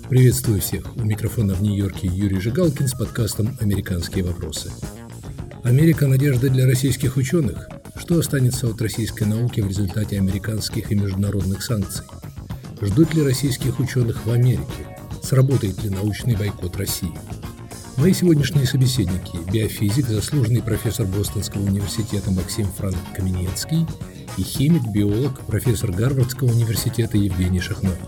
Приветствую всех. У микрофона в Нью-Йорке Юрий Жигалкин с подкастом «Американские вопросы». Америка – надежда для российских ученых. Что останется от российской науки в результате американских и международных санкций? Ждут ли российских ученых в Америке? Сработает ли научный бойкот России? Мои сегодняшние собеседники – биофизик, заслуженный профессор Бостонского университета Максим Франк Каменецкий и химик-биолог, профессор Гарвардского университета Евгений Шахнович.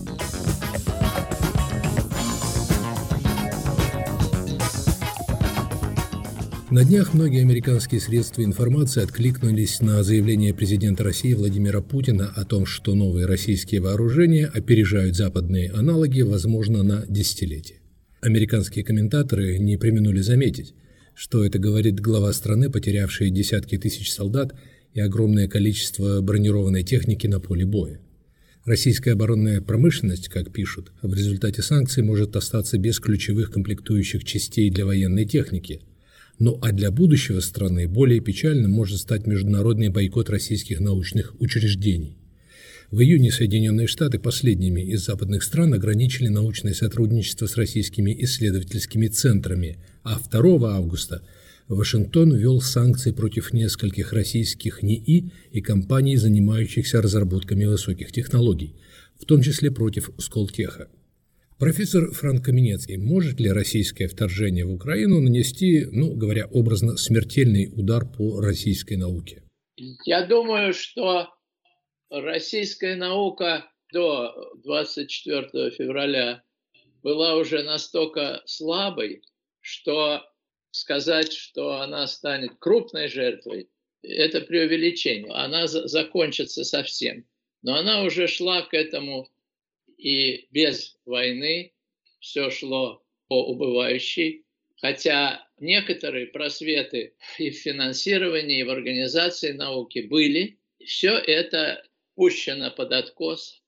На днях многие американские средства информации откликнулись на заявление президента России Владимира Путина о том, что новые российские вооружения опережают западные аналоги, возможно, на десятилетия. Американские комментаторы не преминули заметить, что это говорит глава страны, потерявшей десятки тысяч солдат и огромное количество бронированной техники на поле боя. Российская оборонная промышленность, как пишут, в результате санкций может остаться без ключевых комплектующих частей для военной техники. Ну а для будущего страны более печальным может стать международный бойкот российских научных учреждений. В июне Соединенные Штаты последними из западных стран ограничили научное сотрудничество с российскими исследовательскими центрами, а 2 августа Вашингтон ввел санкции против нескольких российских НИИ и компаний, занимающихся разработками высоких технологий, в том числе против Сколтеха. Профессор Франк Каменецкий, может ли российское вторжение в Украину нанести, говоря образно, смертельный удар по российской науке? Я думаю, что российская наука до 24 февраля была уже настолько слабой, что сказать, что она станет крупной жертвой, это преувеличение. Она закончится совсем. Но она уже шла к этому. И без войны все шло по убывающей, хотя некоторые просветы и в финансировании, и в организации науки были. Все это пущено под откос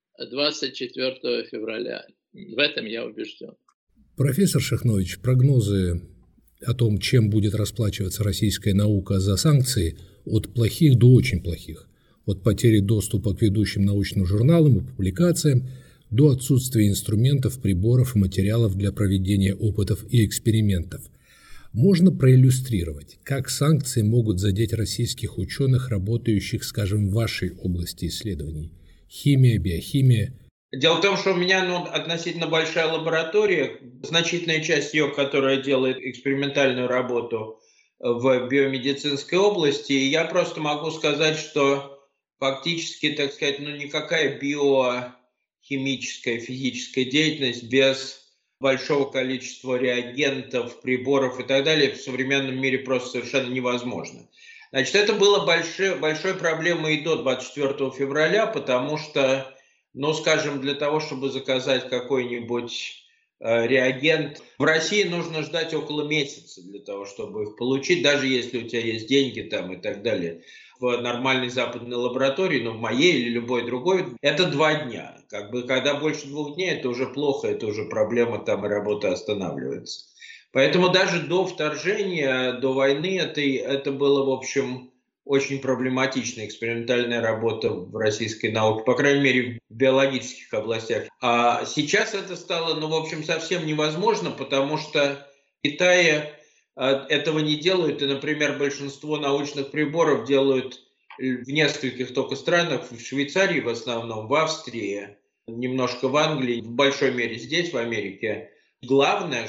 24 февраля. В этом я убежден. Профессор Шахнович, прогнозы о том, чем будет расплачиваться российская наука за санкции, от плохих до очень плохих. От потери доступа к ведущим научным журналам и публикациям до отсутствия инструментов, приборов и материалов для проведения опытов и экспериментов. Можно проиллюстрировать, как санкции могут задеть российских ученых, работающих, скажем, в вашей области исследований? Химия, биохимия. Дело в том, что у меня относительно большая лаборатория, значительная часть ее, которая делает экспериментальную работу в биомедицинской области, и я просто могу сказать, что фактически, так сказать, никакая биохимическая, физическая деятельность без большого количества реагентов, приборов и так далее в современном мире просто совершенно невозможно. Значит, это было большой проблемой и до 24 февраля, потому что, скажем, для того, чтобы заказать какой-нибудь реагент, в России нужно ждать около месяца для того, чтобы их получить, даже если у тебя есть деньги там и так далее. В нормальной западной лаборатории, в моей или любой другой, это 2 дня. Когда больше 2 дней, это уже плохо, это уже проблема, там и работа останавливается. Поэтому даже до вторжения, до войны, это было, в общем, очень проблематичная экспериментальная работа в российской науке, по крайней мере, в биологических областях. А сейчас это стало, в общем, совсем невозможно, потому что в Китае этого не делают, и, например, большинство научных приборов делают в нескольких только странах, в Швейцарии в основном, в Австрии, немножко в Англии, в большой мере здесь, в Америке. Главное,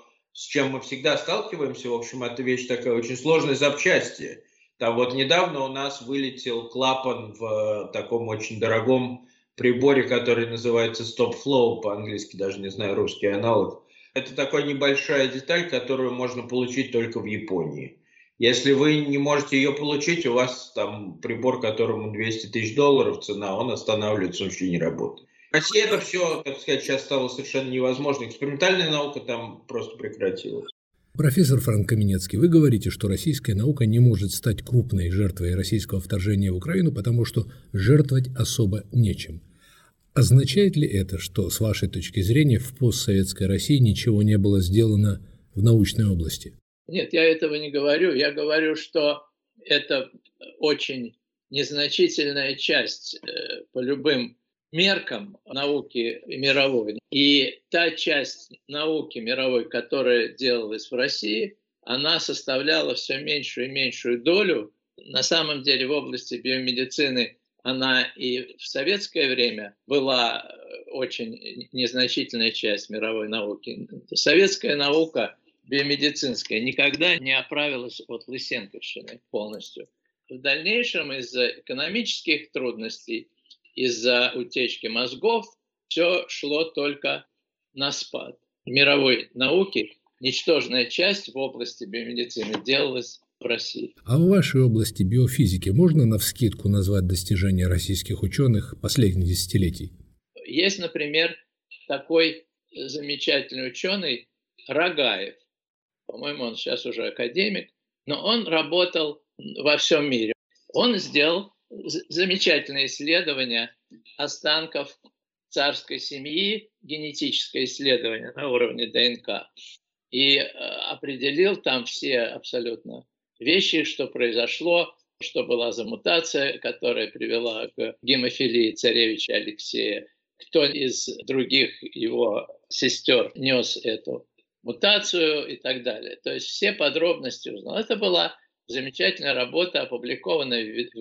с чем мы всегда сталкиваемся, в общем, это вещь такая очень сложная, запчасти. Там недавно у нас вылетел клапан в таком очень дорогом приборе, который называется Stop Flow, по-английски даже не знаю, русский аналог. Это такая небольшая деталь, которую можно получить только в Японии. Если вы не можете ее получить, у вас там прибор, которому $200 тысяч цена, он останавливается, он вообще не работает. В России это все, так сказать, сейчас стало совершенно невозможно. Экспериментальная наука там просто прекратилась. Профессор Франк Каменецкий, вы говорите, что российская наука не может стать крупной жертвой российского вторжения в Украину, потому что жертвовать особо нечем. Означает ли это, что, с вашей точки зрения, в постсоветской России ничего не было сделано в научной области? Нет, я этого не говорю. Я говорю, что это очень незначительная часть по любым меркам науки мировой. И та часть науки мировой, которая делалась в России, она составляла все меньшую и меньшую долю. На самом деле в области биомедицины она и в советское время была очень незначительная часть мировой науки. Советская наука биомедицинская никогда не оправилась от Лысенковщины полностью. В дальнейшем из-за экономических трудностей, из-за утечки мозгов все шло только на спад. В мировой науке ничтожная часть в области биомедицины делалась в России. А в вашей области биофизики можно навскидку назвать достижения российских ученых последних десятилетий? Есть, например, такой замечательный ученый Рогаев. По-моему, он сейчас уже академик, но он работал во всем мире. Он сделал замечательное исследование останков царской семьи, генетическое исследование на уровне ДНК. И определил там все абсолютно вещи, что произошло, что была за мутация, которая привела к гемофилии царевича Алексея, кто из других его сестер нес эту мутацию и так далее. То есть все подробности узнал. Это была замечательная работа, опубликованная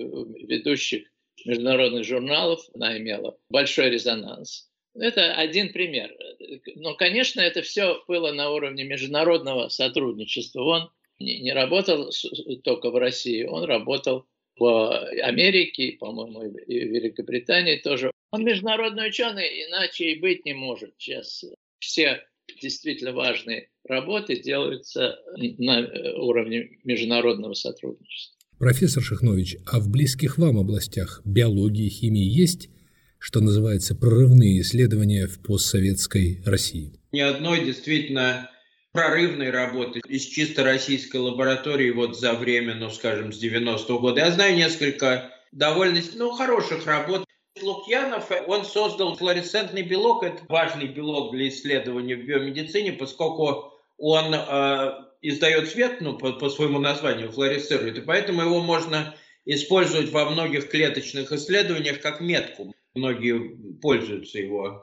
в ведущих международных журналах. Она имела большой резонанс. Это один пример. Но, конечно, это все было на уровне международного сотрудничества. Он не работал только в России, он работал в Америке, по-моему, и в Великобритании тоже. Он международный ученый, иначе и быть не может. Сейчас все действительно важные работы делаются на уровне международного сотрудничества. Профессор Шихнович, а в близких вам областях биологии и химии есть, что называется, прорывные исследования в постсоветской России? Ни одной действительно прорывной работы из чисто российской лаборатории вот за время, скажем, с 90-го года. Я знаю несколько довольно хороших работ. Лукьянов, он создал флуоресцентный белок. Это важный белок для исследования в биомедицине, поскольку он издает свет, по своему названию флуоресцирует, и поэтому его можно использовать во многих клеточных исследованиях как метку. Многие пользуются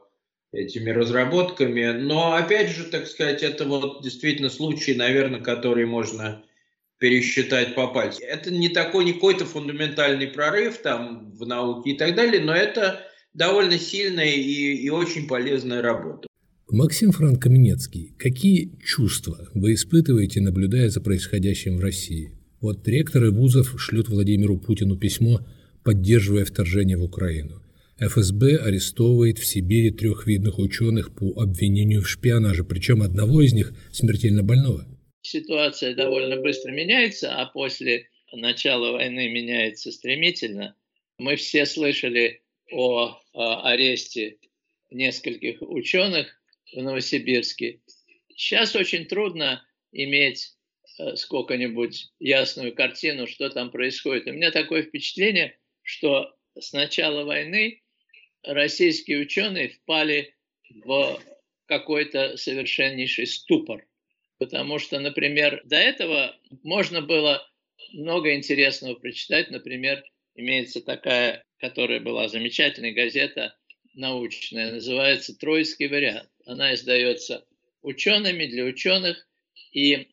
этими разработками, но опять же, так сказать, это вот действительно случай, наверное, который можно пересчитать по пальцам. Это не какой-то фундаментальный прорыв там в науке и так далее, но это довольно сильная и очень полезная работа. Максим Франко-Каменецкий, какие чувства вы испытываете, наблюдая за происходящим в России? Вот ректоры вузов шлют Владимиру Путину письмо, поддерживая вторжение в Украину. ФСБ арестовывает в Сибири 3 видных ученых по обвинению в шпионаже, причем одного из них смертельно больного. Ситуация довольно быстро меняется, а после начала войны меняется стремительно. Мы все слышали о аресте нескольких ученых в Новосибирске. Сейчас очень трудно иметь сколько-нибудь ясную картину, что там происходит. У меня такое впечатление, что с начала войны российские ученые впали в какой-то совершеннейший ступор. Потому что, например, до этого можно было много интересного прочитать. Например, имеется такая, которая была замечательная газета научная, называется «Троицкий вариант». Она издается учеными для ученых, и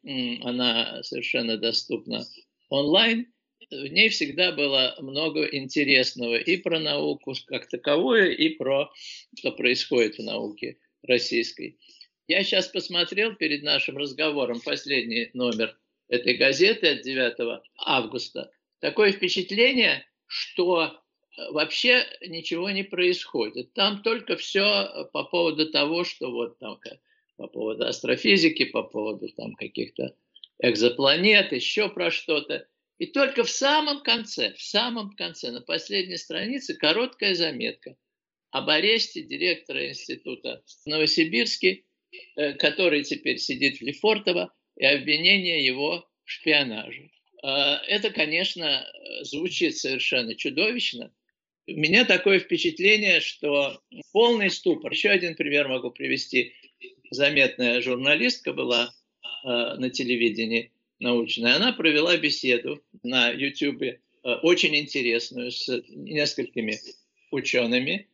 она совершенно доступна онлайн. В ней всегда было много интересного и про науку как таковую, и про что происходит в науке российской. Я сейчас посмотрел перед нашим разговором последний номер этой газеты от 9 августа. Такое впечатление, что вообще ничего не происходит. Там только все по поводу того, что вот там по поводу астрофизики, по поводу там каких-то экзопланет, еще про что-то. И только в самом конце, на последней странице короткая заметка об аресте директора института в Новосибирске, который теперь сидит в Лефортово, и обвинение его в шпионаже. Это, конечно, звучит совершенно чудовищно. У меня такое впечатление, что полный ступор. Еще один пример могу привести. Заметная журналистка была на телевидении научная. Она провела беседу на YouTube, очень интересную, с несколькими учеными.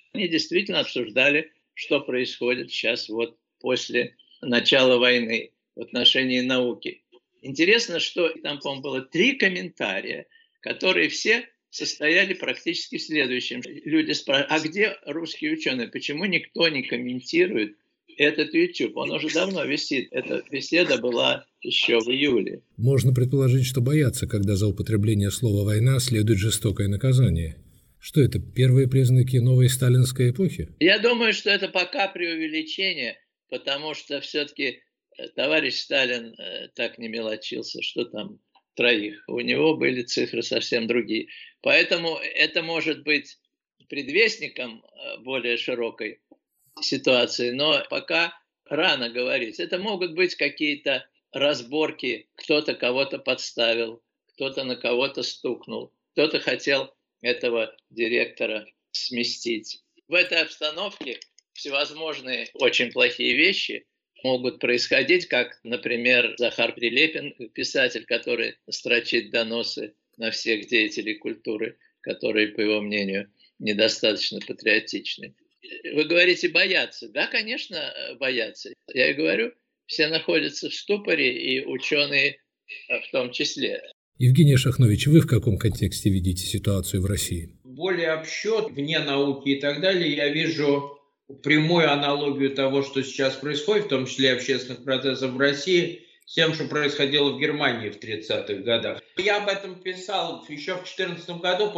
Они действительно обсуждали, что происходит сейчас вот после начала войны в отношении науки. Интересно, что там, по-моему, было 3 комментария, которые все состояли практически в следующем. Люди спрашивают, а где русские ученые? Почему никто не комментирует этот YouTube? Он уже давно висит. Эта беседа была еще в июле. Можно предположить, что боятся, когда за употребление слова «война» следует жестокое наказание. Что это, первые признаки новой сталинской эпохи? Я думаю, что это пока преувеличение, потому что все-таки товарищ Сталин так не мелочился, что там 3. У него были цифры совсем другие. Поэтому это может быть предвестником более широкой ситуации, но пока рано говорить. Это могут быть какие-то разборки, кто-то кого-то подставил, кто-то на кого-то стукнул, кто-то хотел этого директора сместить. В этой обстановке всевозможные очень плохие вещи могут происходить, как, например, Захар Прилепин, писатель, который строчит доносы на всех деятелей культуры, которые, по его мнению, недостаточно патриотичны. Вы говорите бояться. Да, конечно, боятся. Я и говорю, все находятся в ступоре, и ученые в том числе. Евгений Шахнович, вы в каком контексте видите ситуацию в России? Более общо, вне науки и так далее, я вижу прямую аналогию того, что сейчас происходит, в том числе общественных процессов в России, с тем, что происходило в Германии в 30-х годах. Я об этом писал еще в 2014 году,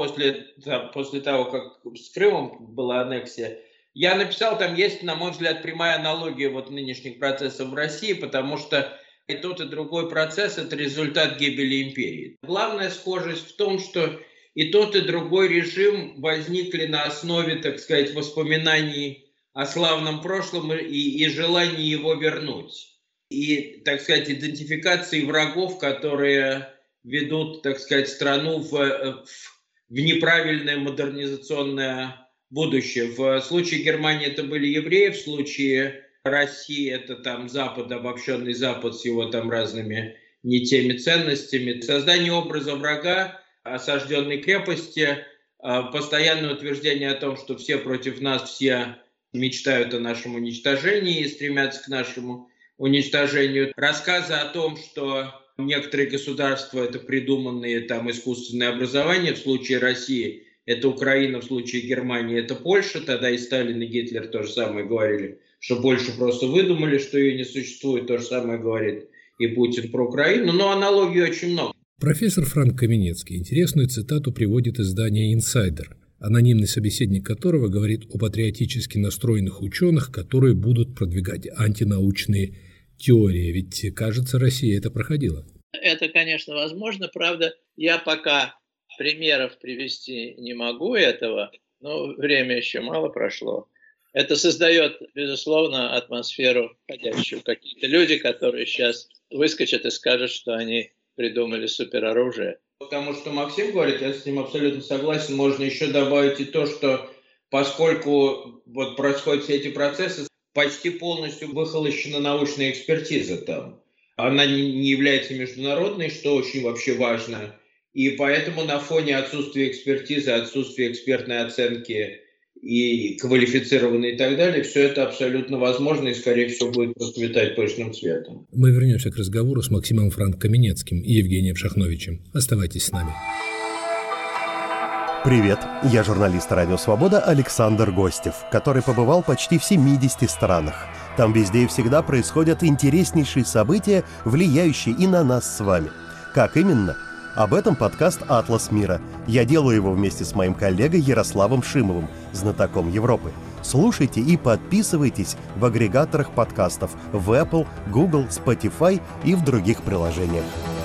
после того, как с Крымом была аннексия. Я написал, там есть, на мой взгляд, прямая аналогия вот нынешних процессов в России, потому что и тот, и другой процесс – это результат гибели империи. Главная схожесть в том, что и тот, и другой режим возникли на основе, так сказать, воспоминаний о славном прошлом и желании его вернуть. И, так сказать, идентификации врагов, которые ведут, так сказать, страну в неправильное модернизационное будущее. В случае Германии это были евреи, в случае России это там Запад, обобщенный Запад с его там разными не теми ценностями. Создание образа врага, осажденной крепости, постоянное утверждение о том, что все против нас, все мечтают о нашем уничтожении и стремятся к нашему уничтожению. Рассказы о том, что некоторые государства это придуманные там искусственные образования, в случае России это Украина, в случае Германии это Польша, тогда и Сталин, и Гитлер то же самое говорили, что Польшу просто выдумали, что ее не существует, то же самое говорит и Путин про Украину, но аналогий очень много. Профессор Франк Каменецкий интересную цитату приводит издание «Инсайдер», анонимный собеседник которого говорит о патриотически настроенных ученых, которые будут продвигать антинаучные теории. Ведь, кажется, Россия это проходила. Это, конечно, возможно. Правда, я пока примеров привести не могу этого, но время еще мало прошло. Это создает, безусловно, атмосферу входящую. Какие-то люди, которые сейчас выскочат и скажут, что они придумали супероружие. Потому что Максим говорит, я с ним абсолютно согласен, можно еще добавить и то, что поскольку вот происходят все эти процессы, почти полностью выхолощена научная экспертиза там. Она не является международной, что очень вообще важно. И поэтому на фоне отсутствия экспертизы, отсутствия экспертной оценки и квалифицированной и так далее, все это абсолютно возможно и, скорее всего, будет процветать пышным цветом. Мы вернемся к разговору с Максимом Франк Каменецким и Евгением Шахновичем. Оставайтесь с нами. Привет, я журналист «Радио Свобода» Александр Гостев, который побывал почти в 70 странах. Там везде и всегда происходят интереснейшие события, влияющие и на нас с вами. Как именно? Об этом подкаст «Атлас мира». Я делаю его вместе с моим коллегой Ярославом Шимовым, знатоком Европы. Слушайте и подписывайтесь в агрегаторах подкастов в Apple, Google, Spotify и в других приложениях.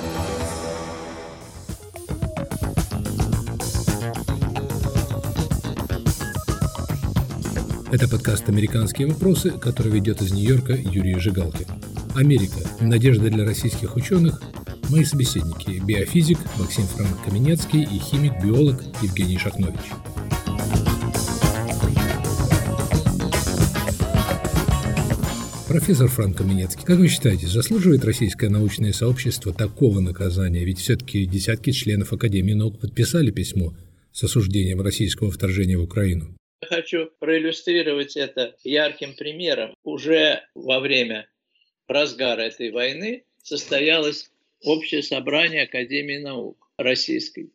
Это подкаст «Американские вопросы», который ведет из Нью-Йорка Юрий Жигалкин. Америка. Надежда для российских ученых. Мои собеседники – биофизик Максим Франк Каменецкий и химик-биолог Евгений Шахнович. Профессор Франк Каменецкий, как вы считаете, заслуживает российское научное сообщество такого наказания? Ведь все-таки десятки членов Академии наук подписали письмо с осуждением российского вторжения в Украину. Я хочу проиллюстрировать это ярким примером. Уже во время разгара этой войны состоялось общее собрание Академии наук Российской.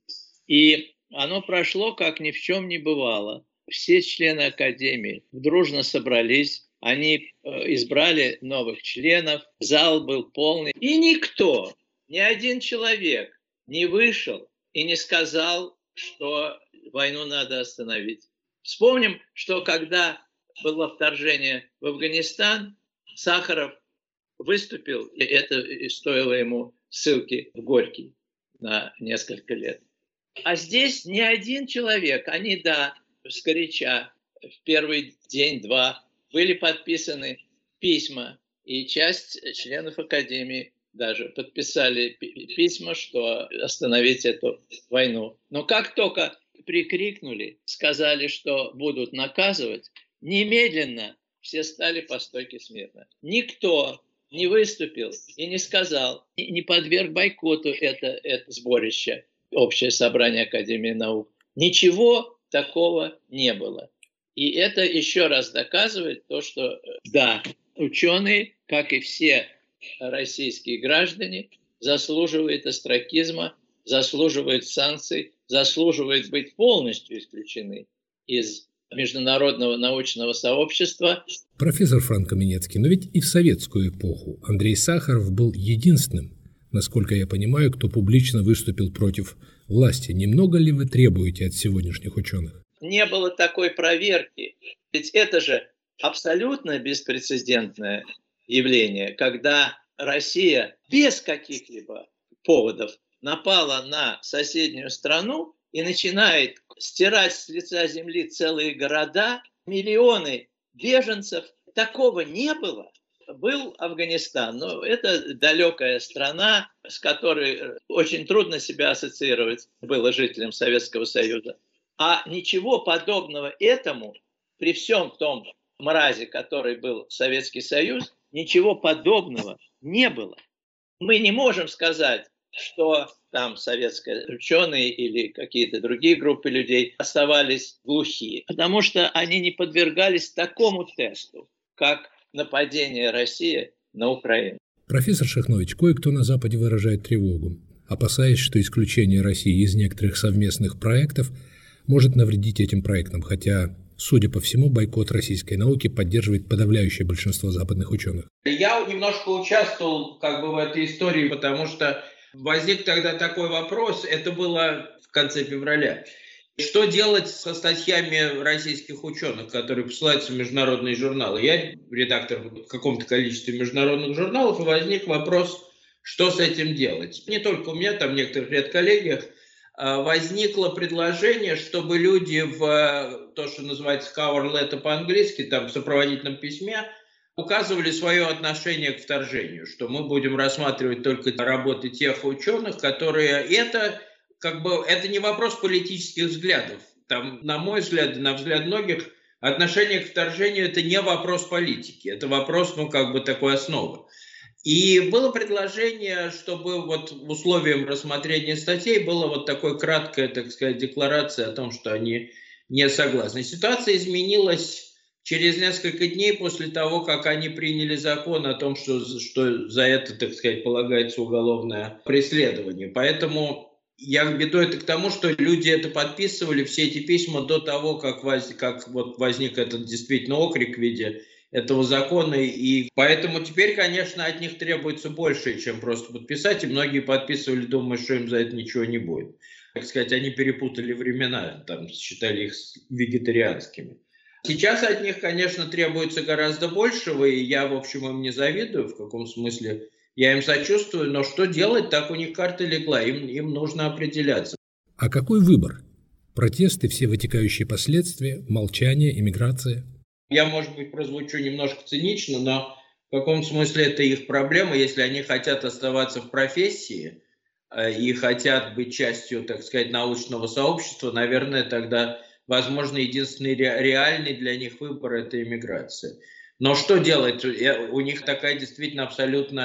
И оно прошло, как ни в чем не бывало. Все члены Академии дружно собрались, они избрали новых членов, зал был полный. И никто, ни один человек не вышел и не сказал, что войну надо остановить. Вспомним, что когда было вторжение в Афганистан, Сахаров выступил, и это стоило ему ссылки в Горький на несколько лет. А здесь ни один человек, они, да, сгоряча, в первый день-два были подписаны письма, и часть членов Академии даже подписали письма, что остановить эту войну. Но как только прикрикнули, сказали, что будут наказывать, немедленно все стали по стойке смирно. Никто не выступил и не сказал, не подверг бойкоту это сборище, общее собрание Академии наук. Ничего такого не было. И это еще раз доказывает то, что да, ученые, как и все российские граждане, заслуживают остракизма, заслуживают санкций, заслуживают быть полностью исключены из международного научного сообщества. Профессор Франко Минецкий, но ведь и в советскую эпоху Андрей Сахаров был единственным, насколько я понимаю, кто публично выступил против власти. Немного ли вы требуете от сегодняшних ученых? Не было такой проверки. Ведь это же абсолютно беспрецедентное явление, когда Россия без каких-либо поводов напала на соседнюю страну и начинает стирать с лица земли целые города, миллионы беженцев. Такого не было. Был Афганистан, но это далекая страна, с которой очень трудно себя ассоциировать было жителям Советского Союза. А ничего подобного этому, при всем том мразе, который был Советский Союз, ничего подобного не было. Мы не можем сказать, что там советские ученые или какие-то другие группы людей оставались глухие, потому что они не подвергались такому тесту, как нападение России на Украину. Профессор Шахнович, кое-кто на Западе выражает тревогу, опасаясь, что исключение России из некоторых совместных проектов может навредить этим проектам, хотя, судя по всему, бойкот российской науки поддерживает подавляющее большинство западных ученых. Я немножко участвовал в этой истории, потому что возник тогда такой вопрос, это было в конце февраля. Что делать со статьями российских ученых, которые посылаются в международные журналы? Я редактор в каком-то количестве международных журналов, и возник вопрос, что с этим делать. Не только у меня, там некоторых редколлегиях, возникло предложение, чтобы люди в то, что называется cover letter по-английски, там в сопроводительном письме, указывали свое отношение к вторжению, что мы будем рассматривать только работы тех ученых, которые это не вопрос политических взглядов. Там, на мой взгляд, на взгляд многих, отношение к вторжению – это не вопрос политики, это вопрос, такой основы. И было предложение, чтобы условием рассмотрения статей была такая краткая, декларация о том, что они не согласны. Ситуация изменилась через несколько дней после того, как они приняли закон о том, что за это, полагается уголовное преследование. Поэтому я веду это к тому, что люди это подписывали, все эти письма до того, как возник этот действительно окрик в виде этого закона. И поэтому теперь, конечно, от них требуется больше, чем просто подписать. И многие подписывали, думая, что им за это ничего не будет. Они перепутали времена, считали их вегетарианскими. Сейчас от них, конечно, требуется гораздо большего, и я, в общем, им не завидую, в каком смысле я им сочувствую, но что делать, так у них карта легла, им нужно определяться. А какой выбор? Протесты, все вытекающие последствия, молчание, эмиграция? Я, может быть, прозвучу немножко цинично, но в каком смысле это их проблема, если они хотят оставаться в профессии и хотят быть частью, научного сообщества, наверное, тогда, возможно, единственный реальный для них выбор – это эмиграция. Но что делать? У них такая действительно абсолютно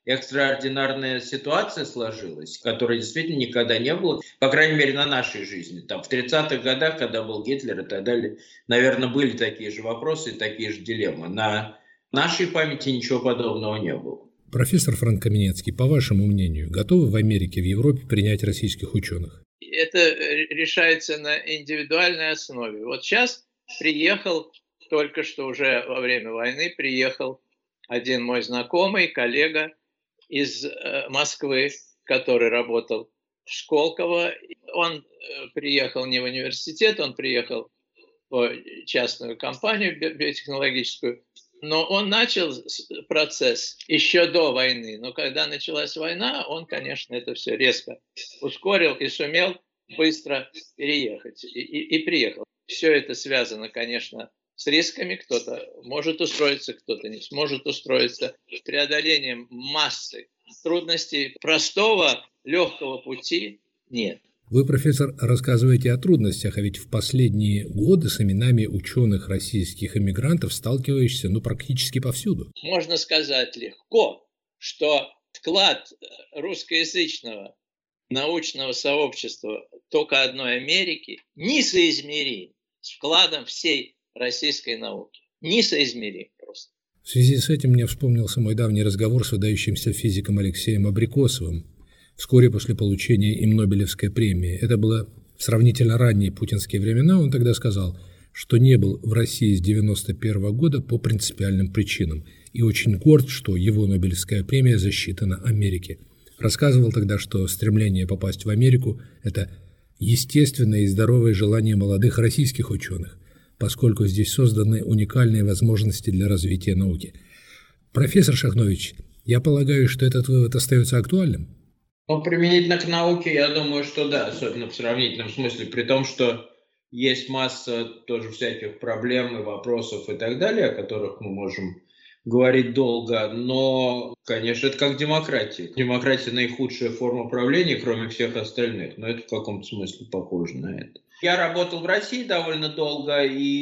экстраординарная ситуация сложилась, которой действительно никогда не было, по крайней мере, на нашей жизни. Там в 30-х годах, когда был Гитлер и так далее, наверное, были такие же вопросы и такие же дилеммы. На нашей памяти ничего подобного не было. Профессор Франк Каменецкий, по вашему мнению, готовы в Америке, в Европе принять российских ученых? Это решается на индивидуальной основе. Вот сейчас приехал, только что уже во время войны приехал один мой знакомый, коллега из Москвы, который работал в Сколково. Он приехал не в университет, он приехал в частную компанию биотехнологическую, но он начал процесс еще до войны. Но когда началась война, он, конечно, это все резко ускорил и сумел быстро переехать. И приехал. Все это связано, конечно, с рисками. Кто-то может устроиться, кто-то не сможет устроиться. С преодолением массы трудностей простого, легкого пути нет. Вы, профессор, рассказываете о трудностях, а ведь в последние годы с именами ученых российских эмигрантов сталкиваешься практически повсюду. Можно сказать легко, что вклад русскоязычного научного сообщества только одной Америки несоизмерим с вкладом всей российской науки. Несоизмерим просто. В связи с этим мне вспомнился мой давний разговор с выдающимся физиком Алексеем Абрикосовым вскоре после получения им Нобелевской премии. Это было в сравнительно ранние путинские времена. Он тогда сказал, что не был в России с 1991 года по принципиальным причинам и очень горд, что его Нобелевская премия засчитана Америке. Рассказывал тогда, что стремление попасть в Америку – это естественное и здоровое желание молодых российских ученых, поскольку здесь созданы уникальные возможности для развития науки. Профессор Шахнович, я полагаю, что этот вывод остается актуальным? Применительно к науке, я думаю, что да, особенно в сравнительном смысле, при том, что есть масса тоже всяких проблем и вопросов и так далее, о которых мы можем говорить долго, но, конечно, это как демократия. Демократия наихудшая форма правления, кроме всех остальных, но это в каком-то смысле похоже на это. Я работал в России довольно долго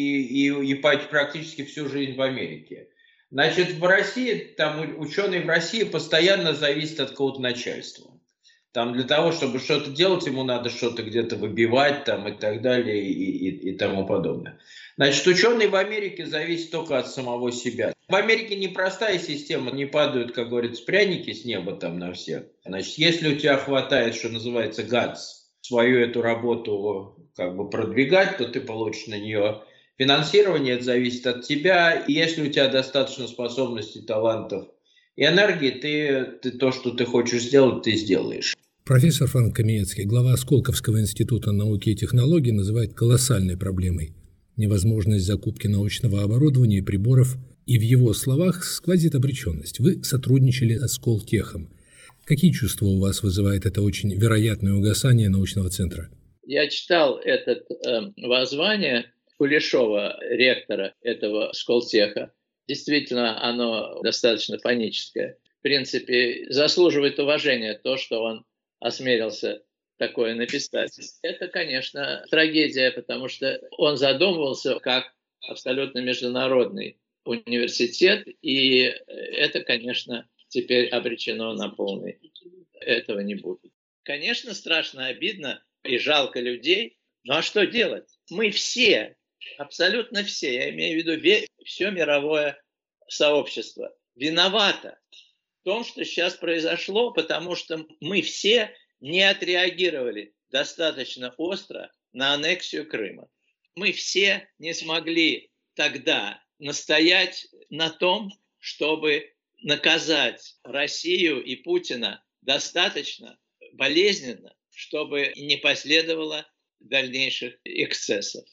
и практически всю жизнь в Америке. Значит, в России, там ученый в России постоянно зависит от какого-то начальства. Там для того, чтобы что-то делать, ему надо что-то где-то выбивать там, и так далее и тому подобное. Значит, ученый в Америке зависит только от самого себя. В Америке непростая система, не падают, как говорится, пряники с неба там на всех. Значит, если у тебя хватает, что называется, гац, свою эту работу как бы продвигать, то ты получишь на нее финансирование, это зависит от тебя. И если у тебя достаточно способностей, талантов и энергии, ты то, что ты хочешь сделать, ты сделаешь. Профессор Франк Каменецкий, глава Сколковского института науки и технологий, называет колоссальной проблемой невозможность закупки научного оборудования и приборов, и в его словах сквозит обреченность. Вы сотрудничали с Сколтехом. Какие чувства у вас вызывает это очень вероятное угасание научного центра? Я читал это воззвание Кулешова, ректора этого Сколтеха. Действительно, оно достаточно паническое. В принципе, заслуживает уважения то, что он осмелился такое написать. Это, конечно, трагедия, потому что он задумывался как абсолютно международный университет, и это, конечно, теперь обречено на полный. Этого не будет. Конечно, страшно обидно и жалко людей, но а что делать? Мы все, абсолютно все, я имею в виду все мировое сообщество, виновато в том, что сейчас произошло, потому что мы все не отреагировали достаточно остро на аннексию Крыма. Мы все не смогли тогда настоять на том, чтобы наказать Россию и Путина достаточно болезненно, чтобы не последовало дальнейших эксцессов.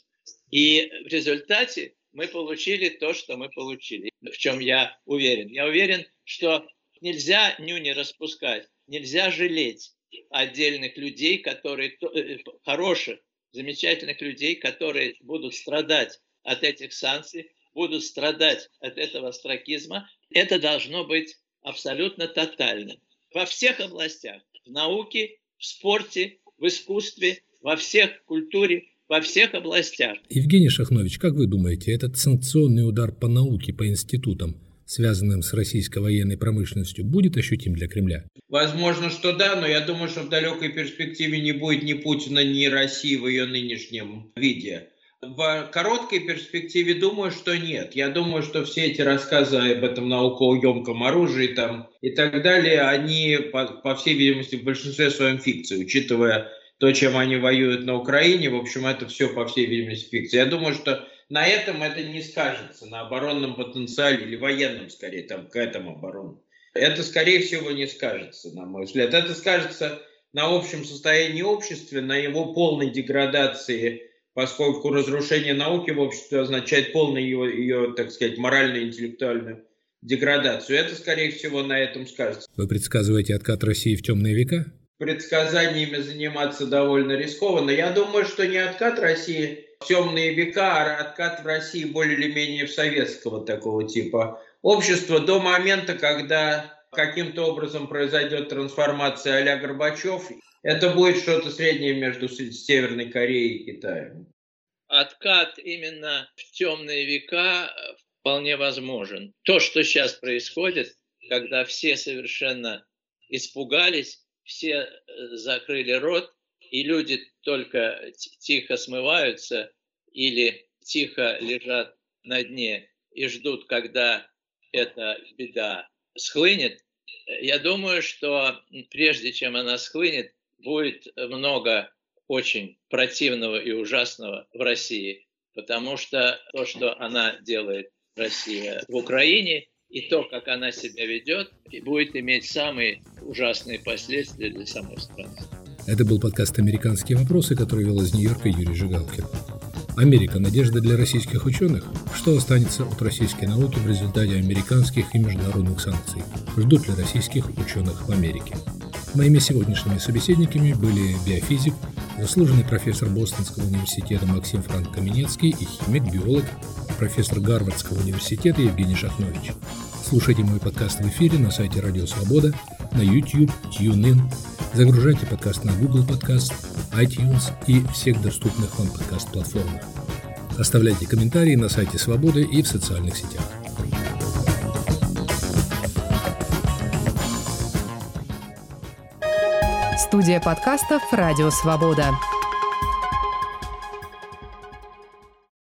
И в результате мы получили то, что мы получили, в чем я уверен. Я уверен, что нельзя нюни распускать, нельзя жалеть отдельных людей, которые, хороших, замечательных людей, которые будут страдать от этих санкций, будут страдать от этого остракизма. Это должно быть абсолютно тотально. Во всех областях. В науке, в спорте, в искусстве, во всех культуре, во всех областях. Евгений Шахнович, как вы думаете, этот санкционный удар по науке, по институтам связанным с российской военной промышленностью, будет ощутим для Кремля? Возможно, что да, но я думаю, что в далекой перспективе не будет ни Путина, ни России в ее нынешнем виде. В короткой перспективе думаю, что нет. Я думаю, что все эти рассказы об этом наукоемком оружии и так далее, они, по всей видимости, в большинстве своем фикции, учитывая то, чем они воюют на Украине. В общем, это все, по всей видимости, фикция. Я думаю, что на этом это не скажется, на оборонном потенциале или военном, скорее, к этому оборонному. Это, скорее всего, не скажется, на мой взгляд. Это скажется на общем состоянии общества, на его полной деградации, поскольку разрушение науки в обществе означает полную ее, так сказать, морально-интеллектуальную деградацию. Это, скорее всего, на этом скажется. Вы предсказываете откат России в темные века? Предсказаниями заниматься довольно рискованно. Я думаю, что не откат России в темные века, а откат в России более или менее в советского такого типа общества до момента, когда каким-то образом произойдет трансформация а-ля Горбачев. Это будет что-то среднее между Северной Кореей и Китаем. Откат именно в темные века вполне возможен. То, что сейчас происходит, когда все совершенно испугались, все закрыли рот, и люди только тихо смываются или тихо лежат на дне и ждут, когда эта беда схлынет. Я думаю, что прежде чем она схлынет, будет много очень противного и ужасного в России, потому что то, что она делает, Россия, в Украине, и то, как она себя ведет, будет иметь самые ужасные последствия для самой страны. Это был подкаст «Американские вопросы», который вел из Нью-Йорка Юрий Жигалкин. Америка – надежда для российских ученых? Что останется от российской науки в результате американских и международных санкций? Ждут ли российских ученых в Америке? Моими сегодняшними собеседниками были биофизик, заслуженный профессор Бостонского университета Максим Франк Каменецкий и химик-биолог, профессор Гарвардского университета Евгений Шахнович. Слушайте мой подкаст в эфире на сайте Радио Свобода, на YouTube, TuneIn. Загружайте подкаст на Google Podcast, iTunes и всех доступных вам подкаст-платформах. Оставляйте комментарии на сайте Свободы и в социальных сетях. Студия подкастов «Радио Свобода».